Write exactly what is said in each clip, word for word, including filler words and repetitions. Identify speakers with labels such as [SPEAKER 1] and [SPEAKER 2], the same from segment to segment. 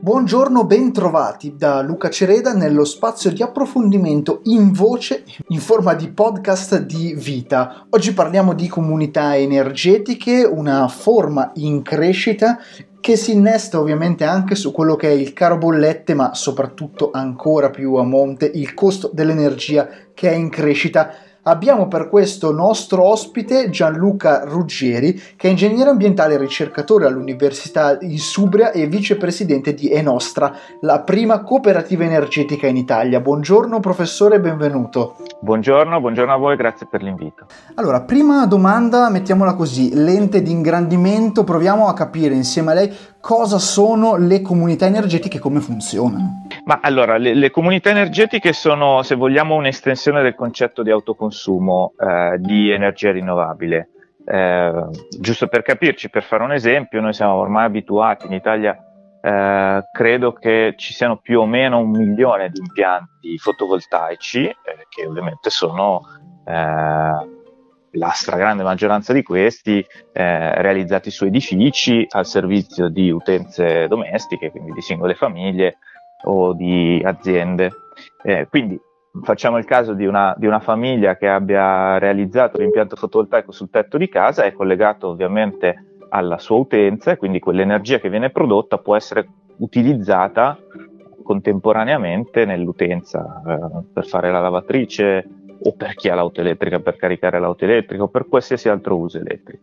[SPEAKER 1] Buongiorno, bentrovati da Luca Cereda nello spazio di approfondimento in voce in forma di podcast di vita. Oggi parliamo di comunità energetiche, una forma in crescita che si innesta ovviamente anche su quello che è il caro bollette, ma soprattutto ancora più a monte il costo dell'energia che è in crescita. Abbiamo per questo nostro ospite Gianluca Ruggeri, che è ingegnere ambientale e ricercatore all'Università di Subria e vicepresidente di Enostra, la prima cooperativa energetica in Italia. Buongiorno professore, benvenuto.
[SPEAKER 2] Buongiorno, buongiorno a voi, grazie per l'invito.
[SPEAKER 1] Allora, prima domanda, mettiamola così, lente di ingrandimento, proviamo a capire insieme a lei cosa sono le comunità energetiche e come funzionano.
[SPEAKER 2] Ma allora, le, le comunità energetiche sono, se vogliamo, un'estensione del concetto di autoconsumo eh, di energia rinnovabile. Eh, giusto per capirci, per fare un esempio, noi siamo ormai abituati in Italia, eh, credo che ci siano più o meno un milione di impianti fotovoltaici, eh, che ovviamente sono eh, la stragrande maggioranza di questi eh, realizzati su edifici al servizio di utenze domestiche, quindi di singole famiglie o di aziende. Eh, quindi facciamo il caso di una, di una famiglia che abbia realizzato l'impianto fotovoltaico sul tetto di casa, è collegato ovviamente alla sua utenza e quindi quell'energia che viene prodotta può essere utilizzata contemporaneamente nell'utenza eh, per fare la lavatrice o per chi ha l'auto elettrica per caricare l'auto elettrica o per qualsiasi altro uso elettrico.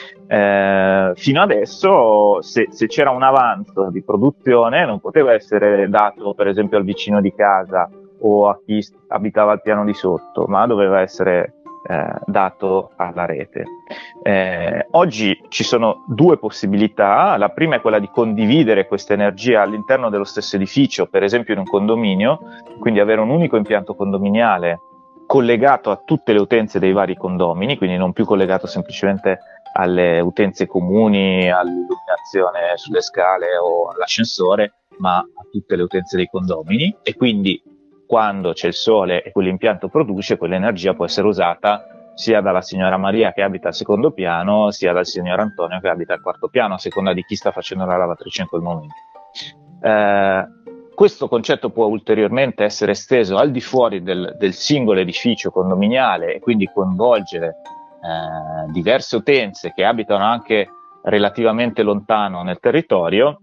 [SPEAKER 2] Eh, fino adesso se, se c'era un avanzo di produzione non poteva essere dato per esempio al vicino di casa o a chi abitava al piano di sotto, ma doveva essere eh, dato alla rete. Eh, oggi ci sono due possibilità. La prima è quella di condividere questa energia all'interno dello stesso edificio, per esempio in un condominio, quindi avere un unico impianto condominiale collegato a tutte le utenze dei vari condomini, quindi non più collegato semplicemente alle utenze comuni, all'illuminazione sulle scale o all'ascensore, ma a tutte le utenze dei condomini, e quindi quando c'è il sole e quell'impianto produce, quell'energia può essere usata sia dalla signora Maria che abita al secondo piano, sia dal signor Antonio che abita al quarto piano, a seconda di chi sta facendo la lavatrice in quel momento. Eh, Questo concetto può ulteriormente essere esteso al di fuori del, del singolo edificio condominiale e quindi coinvolgere eh, diverse utenze che abitano anche relativamente lontano nel territorio,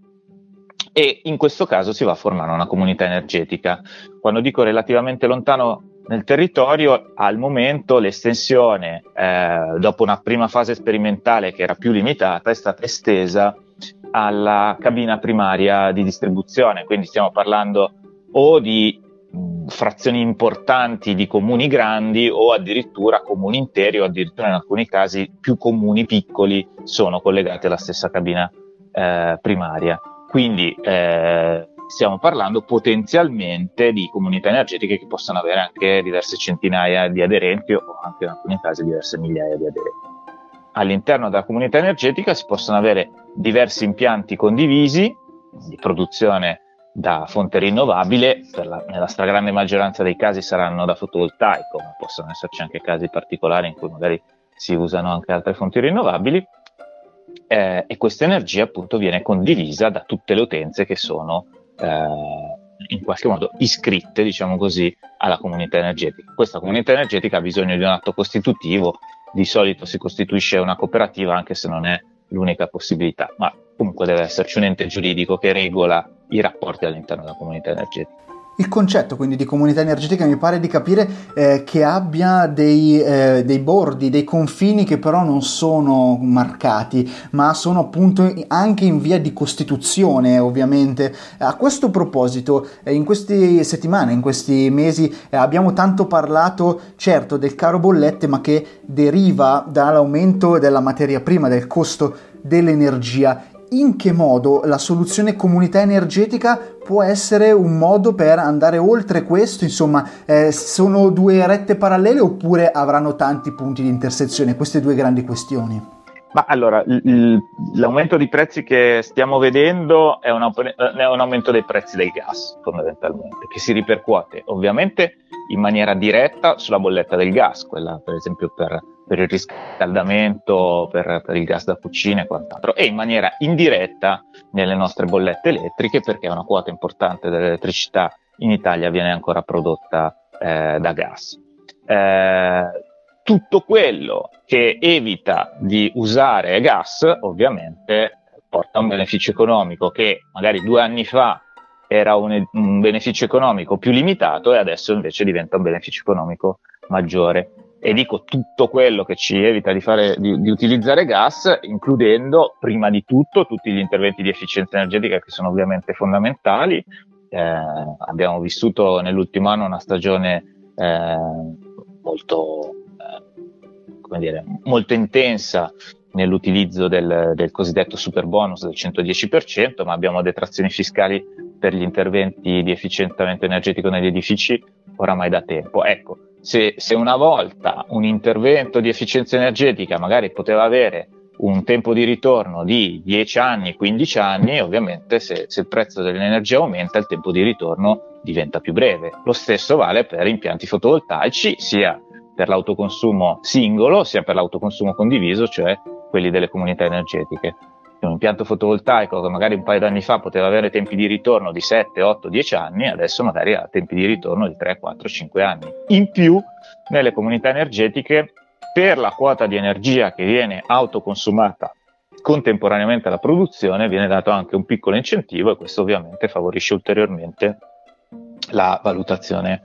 [SPEAKER 2] e in questo caso si va a formare una comunità energetica. Quando dico relativamente lontano nel territorio, al momento l'estensione, eh, dopo una prima fase sperimentale che era più limitata, è stata estesa alla cabina primaria di distribuzione, quindi stiamo parlando o di mh, frazioni importanti di comuni grandi o addirittura comuni interi, o addirittura in alcuni casi più comuni piccoli sono collegati alla stessa cabina eh, primaria. Quindi eh, stiamo parlando potenzialmente di comunità energetiche che possono avere anche diverse centinaia di aderenti o anche in alcuni casi diverse migliaia di aderenti. All'interno della comunità energetica si possono avere diversi impianti condivisi di produzione da fonte rinnovabile, per la, nella stragrande maggioranza dei casi saranno da fotovoltaico, ma possono esserci anche casi particolari in cui magari si usano anche altre fonti rinnovabili, eh, e questa energia appunto viene condivisa da tutte le utenze che sono eh, in qualche modo iscritte, diciamo così, alla comunità energetica. Questa comunità energetica ha bisogno di un atto costitutivo. Di solito si costituisce una cooperativa, anche se non è l'unica possibilità, ma comunque deve esserci un ente giuridico che regola i rapporti all'interno della comunità energetica.
[SPEAKER 1] Il concetto quindi di comunità energetica mi pare di capire eh, che abbia dei, eh, dei bordi, dei confini che però non sono marcati, ma sono appunto anche in via di costituzione, ovviamente. A questo proposito, eh, in queste settimane, in questi mesi, eh, abbiamo tanto parlato, certo, del caro bollette, ma che deriva dall'aumento della materia prima, del costo dell'energia. In che modo la soluzione comunità energetica può essere un modo per andare oltre questo? Insomma, eh, sono due rette parallele oppure avranno tanti punti di intersezione queste due grandi questioni?
[SPEAKER 2] Ma allora, l- l'aumento di prezzi che stiamo vedendo è un, è un aumento dei prezzi del gas, fondamentalmente, che si ripercuote ovviamente in maniera diretta sulla bolletta del gas, quella per esempio per, per il riscaldamento, per, per il gas da cucina e quant'altro, e in maniera indiretta nelle nostre bollette elettriche, perché una quota importante dell'elettricità in Italia viene ancora prodotta eh, da gas. Eh, tutto quello che evita di usare gas ovviamente porta a un beneficio economico che magari due anni fa era un, un beneficio economico più limitato e adesso invece diventa un beneficio economico maggiore. E dico tutto quello che ci evita di, fare, di, di utilizzare gas, includendo prima di tutto tutti gli interventi di efficienza energetica che sono ovviamente fondamentali. Eh, abbiamo vissuto nell'ultimo anno una stagione eh, molto, eh, come dire, molto intensa nell'utilizzo del, del cosiddetto super bonus del centodieci per cento, ma abbiamo detrazioni fiscali per gli interventi di efficientamento energetico negli edifici oramai da tempo. Ecco, se, se una volta un intervento di efficienza energetica magari poteva avere un tempo di ritorno di dieci anni, quindici anni, ovviamente se, se il prezzo dell'energia aumenta il tempo di ritorno diventa più breve. Lo stesso vale per impianti fotovoltaici, sia per l'autoconsumo singolo sia per l'autoconsumo condiviso, cioè quelli delle comunità energetiche. Un impianto fotovoltaico che magari un paio d'anni fa poteva avere tempi di ritorno di sette, otto, dieci anni, adesso magari ha tempi di ritorno di tre, quattro, cinque anni. In più, nelle comunità energetiche, per la quota di energia che viene autoconsumata contemporaneamente alla produzione, viene dato anche un piccolo incentivo, e questo ovviamente favorisce ulteriormente la valutazione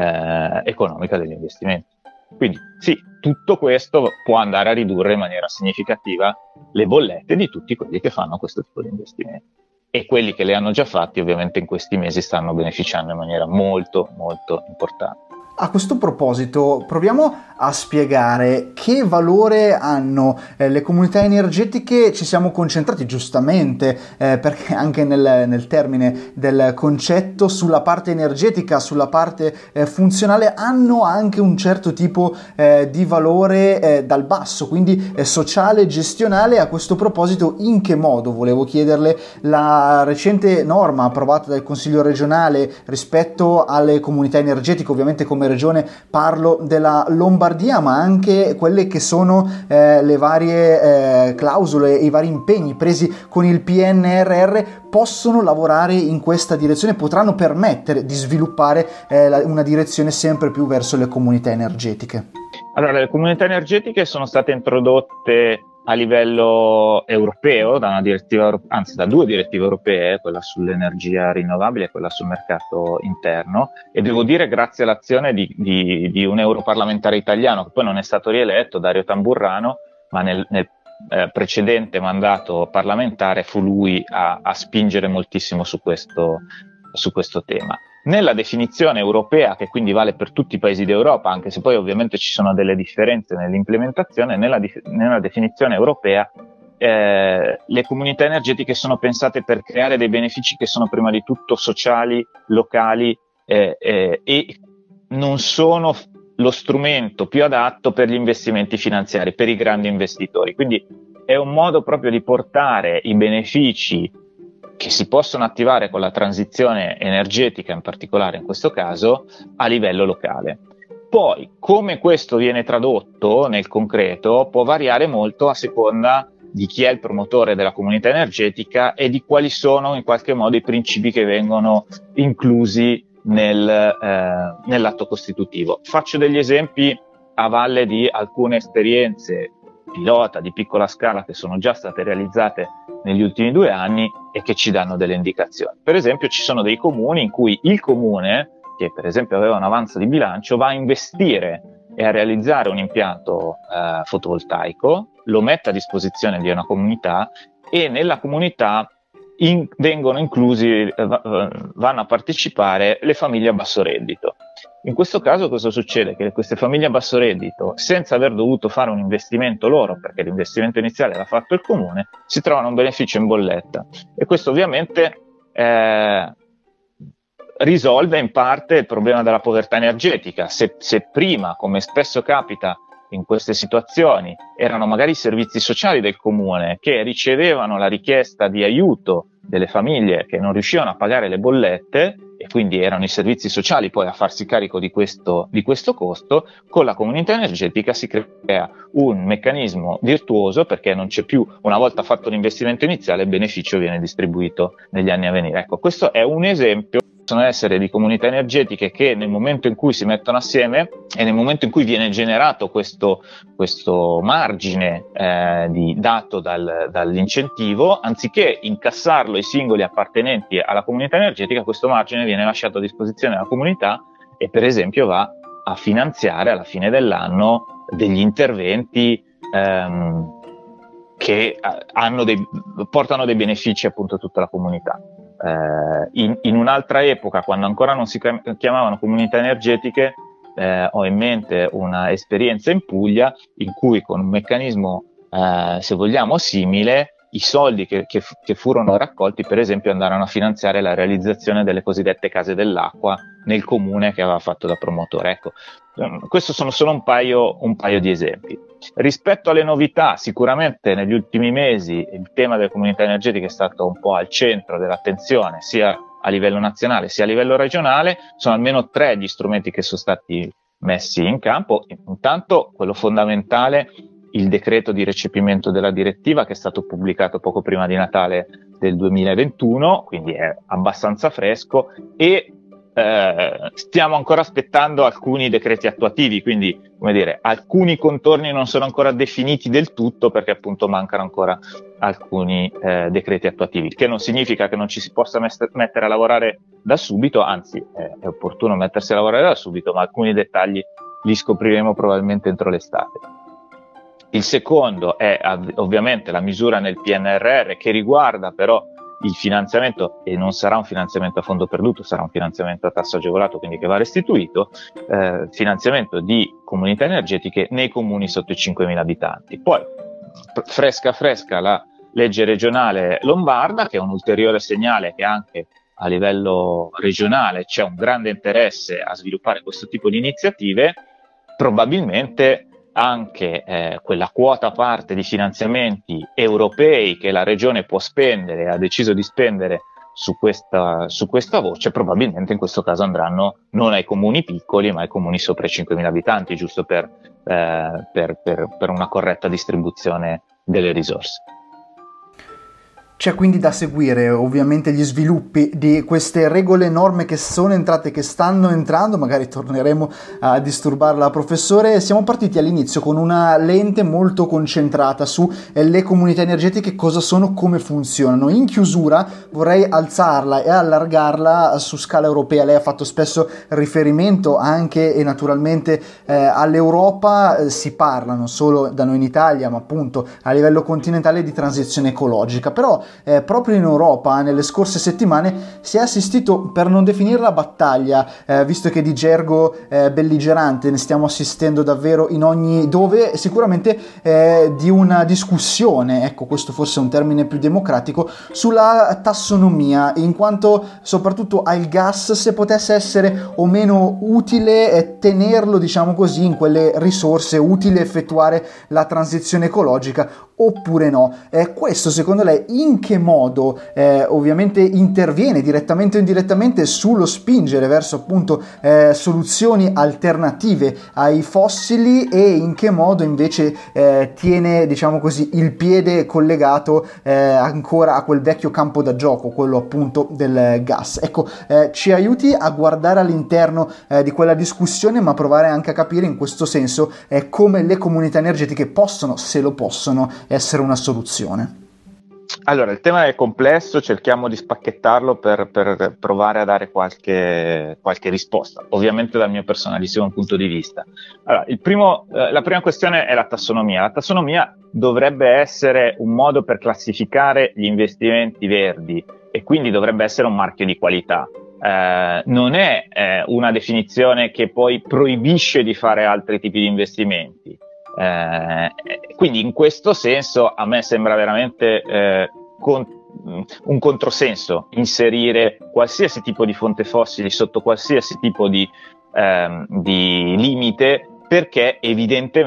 [SPEAKER 2] eh, economica degli investimenti. Quindi sì, tutto questo può andare a ridurre in maniera significativa le bollette di tutti quelli che fanno questo tipo di investimenti, e quelli che le hanno già fatti ovviamente in questi mesi stanno beneficiando in maniera molto molto importante.
[SPEAKER 1] A questo proposito, proviamo a spiegare che valore hanno eh, le comunità energetiche. Ci siamo concentrati giustamente, eh, perché anche nel, nel termine del concetto, sulla parte energetica, sulla parte eh, funzionale, hanno anche un certo tipo eh, di valore eh, dal basso, quindi eh, sociale, gestionale. A questo proposito, in che modo, volevo chiederle, la recente norma approvata dal Consiglio regionale rispetto alle comunità energetiche, ovviamente come regione parlo della Lombardia, ma anche quelle che sono eh, le varie eh, clausole e i vari impegni presi con il P N R R, possono lavorare in questa direzione, potranno permettere di sviluppare eh, la, una direzione sempre più verso le comunità energetiche.
[SPEAKER 2] Allora, le comunità energetiche sono state introdotte a livello europeo da una direttiva, anzi da due direttive europee, quella sull'energia rinnovabile e quella sul mercato interno, e devo dire grazie all'azione di, di, di un europarlamentare italiano che poi non è stato rieletto, Dario Tamburrano, ma nel, nel eh, precedente mandato parlamentare fu lui a, a spingere moltissimo su questo, su questo tema. Nella definizione europea, che quindi vale per tutti i paesi d'Europa, anche se poi ovviamente ci sono delle differenze nell'implementazione, nella, dif- nella definizione europea eh, le comunità energetiche sono pensate per creare dei benefici che sono prima di tutto sociali, locali eh, eh, e non sono lo strumento più adatto per gli investimenti finanziari, per i grandi investitori. Quindi è un modo proprio di portare i benefici che si possono attivare con la transizione energetica, in particolare in questo caso, a livello locale. Poi, come questo viene tradotto nel concreto, può variare molto a seconda di chi è il promotore della comunità energetica e di quali sono in qualche modo i principi che vengono inclusi nel, eh, nell'atto costitutivo. Faccio degli esempi a valle di alcune esperienze pilota di piccola scala che sono già state realizzate negli ultimi due anni e che ci danno delle indicazioni. Per esempio, ci sono dei comuni in cui il comune, che per esempio aveva un avanzo di bilancio, va a investire e a realizzare un impianto eh, fotovoltaico, lo mette a disposizione di una comunità e nella comunità in, vengono inclusi, eh, vanno a partecipare le famiglie a basso reddito. In questo caso cosa succede? Che queste famiglie a basso reddito, senza aver dovuto fare un investimento loro, perché l'investimento iniziale l'ha fatto il comune, si trovano un beneficio in bolletta. E questo ovviamente eh, risolve in parte il problema della povertà energetica. Se, se prima, come spesso capita in queste situazioni, erano magari i servizi sociali del comune che ricevevano la richiesta di aiuto delle famiglie che non riuscivano a pagare le bollette, e quindi erano i servizi sociali poi a farsi carico di questo, di questo costo. Con la comunità energetica si crea un meccanismo virtuoso, perché non c'è più, una volta fatto l'investimento iniziale, il beneficio viene distribuito negli anni a venire. Ecco, questo è un esempio. Possono essere di comunità energetiche che nel momento in cui si mettono assieme e nel momento in cui viene generato questo, questo margine eh, di, dato dal, dall'incentivo, anziché incassarlo ai singoli appartenenti alla comunità energetica, questo margine viene lasciato a disposizione della comunità e per esempio va a finanziare alla fine dell'anno degli interventi ehm, che hanno dei, portano dei benefici appunto a tutta la comunità. Eh, in, in un'altra epoca, quando ancora non si chiamavano comunità energetiche, eh, ho in mente una esperienza in Puglia in cui, con un meccanismo eh, se vogliamo simile, i soldi che, che, che furono raccolti per esempio andarono a finanziare la realizzazione delle cosiddette case dell'acqua nel comune che aveva fatto da promotore. Ecco, questo sono solo un paio, un paio di esempi. Rispetto alle novità, sicuramente negli ultimi mesi il tema delle comunità energetiche è stato un po' al centro dell'attenzione, sia a livello nazionale sia a livello regionale. Sono almeno tre gli strumenti che sono stati messi in campo. Intanto quello fondamentale, il decreto di recepimento della direttiva, che è stato pubblicato poco prima di Natale del duemilaventuno, quindi è abbastanza fresco, e eh, stiamo ancora aspettando alcuni decreti attuativi, quindi, come dire, alcuni contorni non sono ancora definiti del tutto, perché appunto mancano ancora alcuni eh, decreti attuativi, che non significa che non ci si possa mester- mettere a lavorare da subito, anzi eh, è opportuno mettersi a lavorare da subito, ma alcuni dettagli li scopriremo probabilmente entro l'estate. Il secondo è ovviamente la misura nel P N R R, che riguarda però il finanziamento, e non sarà un finanziamento a fondo perduto, sarà un finanziamento a tasso agevolato, quindi che va restituito, eh, finanziamento di comunità energetiche nei comuni sotto i cinquemila abitanti. Poi fresca fresca la legge regionale lombarda, che è un ulteriore segnale che anche a livello regionale c'è un grande interesse a sviluppare questo tipo di iniziative. Probabilmente anche eh, quella quota parte di finanziamenti europei che la regione può spendere, ha deciso di spendere su questa, su questa voce, probabilmente in questo caso andranno non ai comuni piccoli ma ai comuni sopra i cinquemila abitanti, giusto per, eh, per, per, per una corretta distribuzione delle risorse.
[SPEAKER 1] C'è quindi da seguire ovviamente gli sviluppi di queste regole, norme che sono entrate, che stanno entrando, magari torneremo a disturbarla, professore. Siamo partiti all'inizio con una lente molto concentrata sulle comunità energetiche, cosa sono, come funzionano. In chiusura vorrei alzarla e allargarla su scala europea. Lei ha fatto spesso riferimento anche e naturalmente eh, all'Europa, eh, si parla non solo da noi in Italia ma appunto a livello continentale di transizione ecologica, però Eh, proprio in Europa nelle scorse settimane si è assistito, per non definirla battaglia, eh, visto che di gergo eh, belligerante ne stiamo assistendo davvero in ogni dove, sicuramente eh, di una discussione, ecco, questo forse è un termine più democratico, sulla tassonomia, in quanto soprattutto al gas, se potesse essere o meno utile eh, tenerlo, diciamo così, in quelle risorse, utile effettuare la transizione ecologica oppure no. Eh, questo secondo lei in che modo eh, ovviamente interviene direttamente o indirettamente sullo spingere verso appunto eh, soluzioni alternative ai fossili, e in che modo invece eh, tiene, diciamo così, il piede collegato eh, ancora a quel vecchio campo da gioco, quello appunto del gas? Ecco, eh, ci aiuti a guardare all'interno eh, di quella discussione, ma provare anche a capire in questo senso eh, come le comunità energetiche possono, se lo possono, essere una soluzione.
[SPEAKER 2] Allora, il tema è complesso, cerchiamo di spacchettarlo per, per provare a dare qualche, qualche risposta, ovviamente dal mio personalissimo punto di vista. Allora, il primo, eh, la prima questione è la tassonomia. La tassonomia dovrebbe essere un modo per classificare gli investimenti verdi e quindi dovrebbe essere un marchio di qualità. Eh, non è eh, una definizione che poi proibisce di fare altri tipi di investimenti. Eh, quindi in questo senso a me sembra veramente eh, con, un controsenso inserire qualsiasi tipo di fonte fossili sotto qualsiasi tipo di, ehm, di limite, perché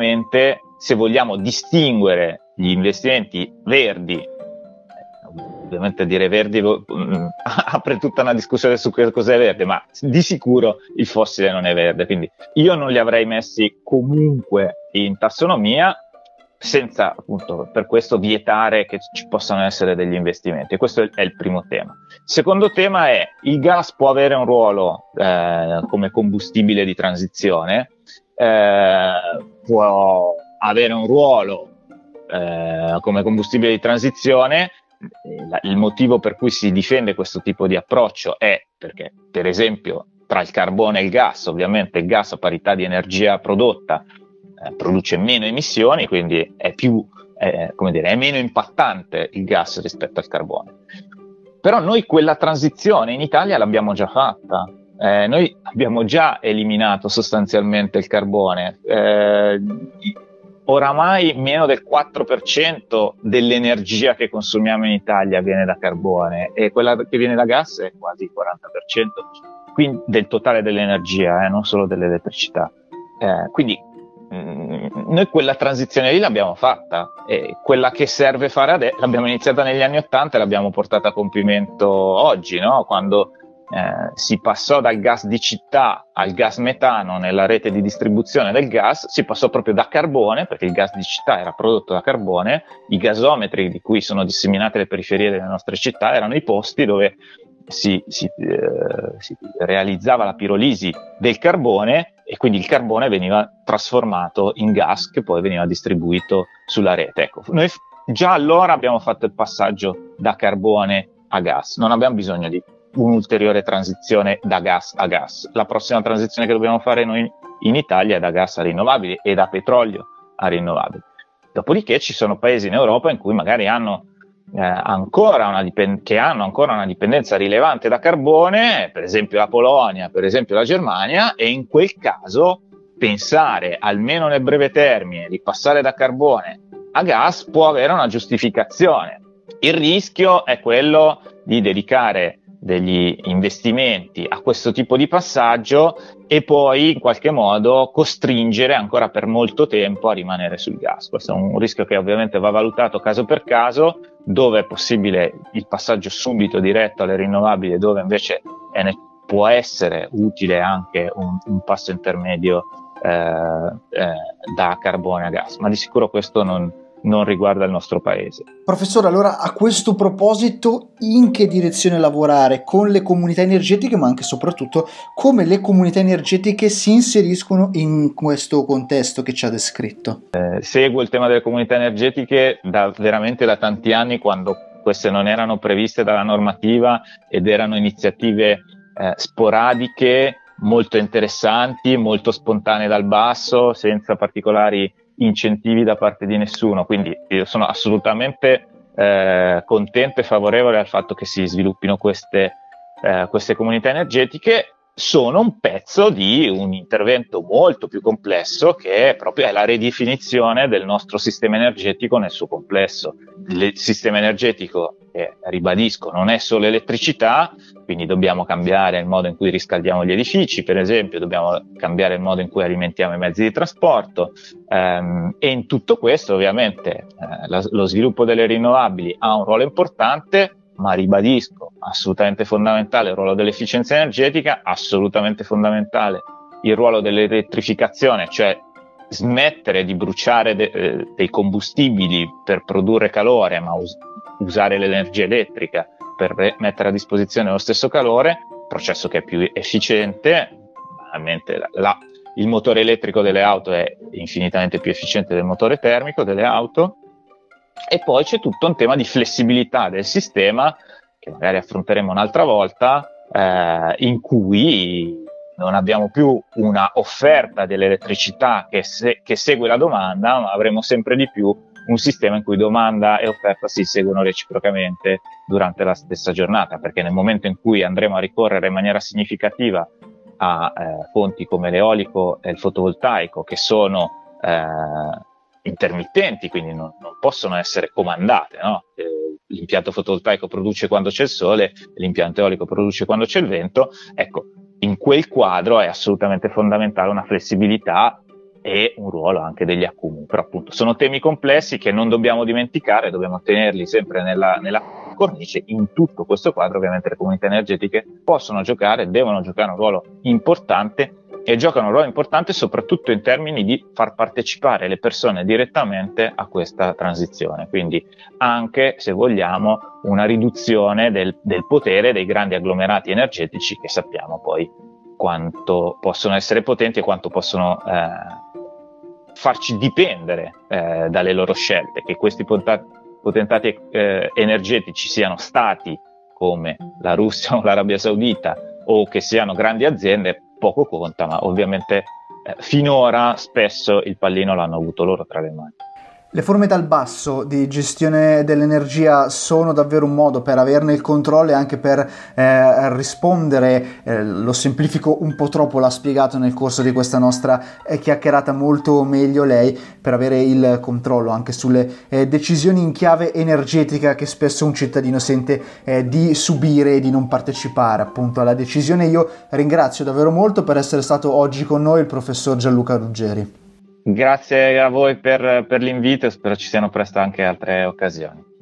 [SPEAKER 2] evidentemente se vogliamo distinguere gli investimenti verdi ovviamente dire verdi mh, apre tutta una discussione su che cos'è verde, ma di sicuro il fossile non è verde, quindi io non li avrei messi comunque in tassonomia, senza appunto per questo vietare che ci possano essere degli investimenti. E questo è il primo tema. Il secondo tema è: il gas può avere un ruolo eh, come combustibile di transizione, eh, può avere un ruolo eh, come combustibile di transizione. Il motivo per cui si difende questo tipo di approccio è perché, per esempio, tra il carbone e il gas, ovviamente il gas a parità di energia prodotta produce meno emissioni, quindi è più, eh, come dire, è meno impattante il gas rispetto al carbone. Però noi quella transizione in Italia l'abbiamo già fatta, eh, noi abbiamo già eliminato sostanzialmente il carbone. Eh, oramai meno del quattro per cento dell'energia che consumiamo in Italia viene da carbone, e quella che viene da gas è quasi il quaranta per cento, quindi del totale dell'energia, eh, non solo dell'elettricità. Eh, quindi noi quella transizione lì l'abbiamo fatta, e quella che serve fare adesso l'abbiamo iniziata negli anni ottanta e l'abbiamo portata a compimento oggi, no? Quando eh, si passò dal gas di città al gas metano nella rete di distribuzione del gas, si passò proprio da carbone, perché il gas di città era prodotto da carbone, i gasometri di cui sono disseminate le periferie delle nostre città erano i posti dove si, si, eh, si realizzava la pirolisi del carbone, e quindi il carbone veniva trasformato in gas che poi veniva distribuito sulla rete. Ecco, noi già allora abbiamo fatto il passaggio da carbone a gas, non abbiamo bisogno di un'ulteriore transizione da gas a gas. La prossima transizione che dobbiamo fare noi in Italia è da gas a rinnovabili e da petrolio a rinnovabili. Dopodiché ci sono paesi in Europa in cui magari hanno Eh, ancora una dipend- che hanno ancora una dipendenza rilevante da carbone, per esempio la Polonia, per esempio la Germania, e in quel caso pensare, almeno nel breve termine, di passare da carbone a gas può avere una giustificazione. Il rischio è quello di dedicare degli investimenti a questo tipo di passaggio e poi in qualche modo costringere ancora per molto tempo a rimanere sul gas. Questo è un rischio che ovviamente va valutato caso per caso, dove è possibile il passaggio subito diretto alle rinnovabili, dove invece è ne- può essere utile anche un, un passo intermedio eh, eh, da carbone a gas, ma di sicuro questo non, non riguarda il nostro paese.
[SPEAKER 1] Professore, allora a questo proposito, in che direzione lavorare con le comunità energetiche, ma anche e soprattutto come le comunità energetiche si inseriscono in questo contesto che ci ha descritto?
[SPEAKER 2] Eh, seguo il tema delle comunità energetiche da veramente da tanti anni, quando queste non erano previste dalla normativa ed erano iniziative eh, sporadiche, molto interessanti, molto spontanee dal basso, senza particolari incentivi da parte di nessuno. Quindi io sono assolutamente eh, contento e favorevole al fatto che si sviluppino queste, eh, queste comunità energetiche. Sono un pezzo di un intervento molto più complesso, che è proprio la ridefinizione del nostro sistema energetico nel suo complesso. Il sistema energetico, eh, ribadisco, non è solo elettricità, quindi dobbiamo cambiare il modo in cui riscaldiamo gli edifici, per esempio, dobbiamo cambiare il modo in cui alimentiamo i mezzi di trasporto, ehm, e in tutto questo ovviamente eh, la, lo sviluppo delle rinnovabili ha un ruolo importante, ma ribadisco, assolutamente fondamentale il ruolo dell'efficienza energetica, assolutamente fondamentale il ruolo dell'elettrificazione, cioè smettere di bruciare de- eh, dei combustibili per produrre calore, ma us- usare l'energia elettrica per re- mettere a disposizione lo stesso calore, processo che è più efficiente. Banalmente la, la, il motore elettrico delle auto è infinitamente più efficiente del motore termico delle auto. E poi c'è tutto un tema di flessibilità del sistema, che magari affronteremo un'altra volta, eh, in cui non abbiamo più una offerta dell'elettricità che, se- che segue la domanda, ma avremo sempre di più un sistema in cui domanda e offerta si seguono reciprocamente durante la stessa giornata, perché nel momento in cui andremo a ricorrere in maniera significativa a eh, fonti come l'eolico e il fotovoltaico, che sono eh, intermittenti, quindi non, non possono essere comandate, no? Eh, l'impianto fotovoltaico produce quando c'è il sole, l'impianto eolico produce quando c'è il vento. Ecco, in quel quadro è assolutamente fondamentale una flessibilità e un ruolo anche degli accumuli. Però appunto sono temi complessi che non dobbiamo dimenticare, dobbiamo tenerli sempre nella, nella cornice. In tutto questo quadro ovviamente le comunità energetiche possono giocare, devono giocare un ruolo importante, e giocano un ruolo importante soprattutto in termini di far partecipare le persone direttamente a questa transizione, quindi anche, se vogliamo, una riduzione del, del potere dei grandi agglomerati energetici, che sappiamo poi quanto possono essere potenti e quanto possono eh, farci dipendere eh, dalle loro scelte. Che questi potentati eh, energetici siano stati come la Russia o l'Arabia Saudita, o che siano grandi aziende, poco conta, ma ovviamente eh, finora spesso il pallino l'hanno avuto loro tra le mani.
[SPEAKER 1] Le forme dal basso di gestione dell'energia sono davvero un modo per averne il controllo e anche per eh, rispondere, eh, lo semplifico un po' troppo, l'ha spiegato nel corso di questa nostra eh, chiacchierata molto meglio lei, per avere il controllo anche sulle eh, decisioni in chiave energetica che spesso un cittadino sente eh, di subire e di non partecipare appunto alla decisione. Io ringrazio davvero molto per essere stato oggi con noi il professor Gianluca Ruggeri.
[SPEAKER 2] Grazie a voi per, per l'invito, spero ci siano presto anche altre occasioni.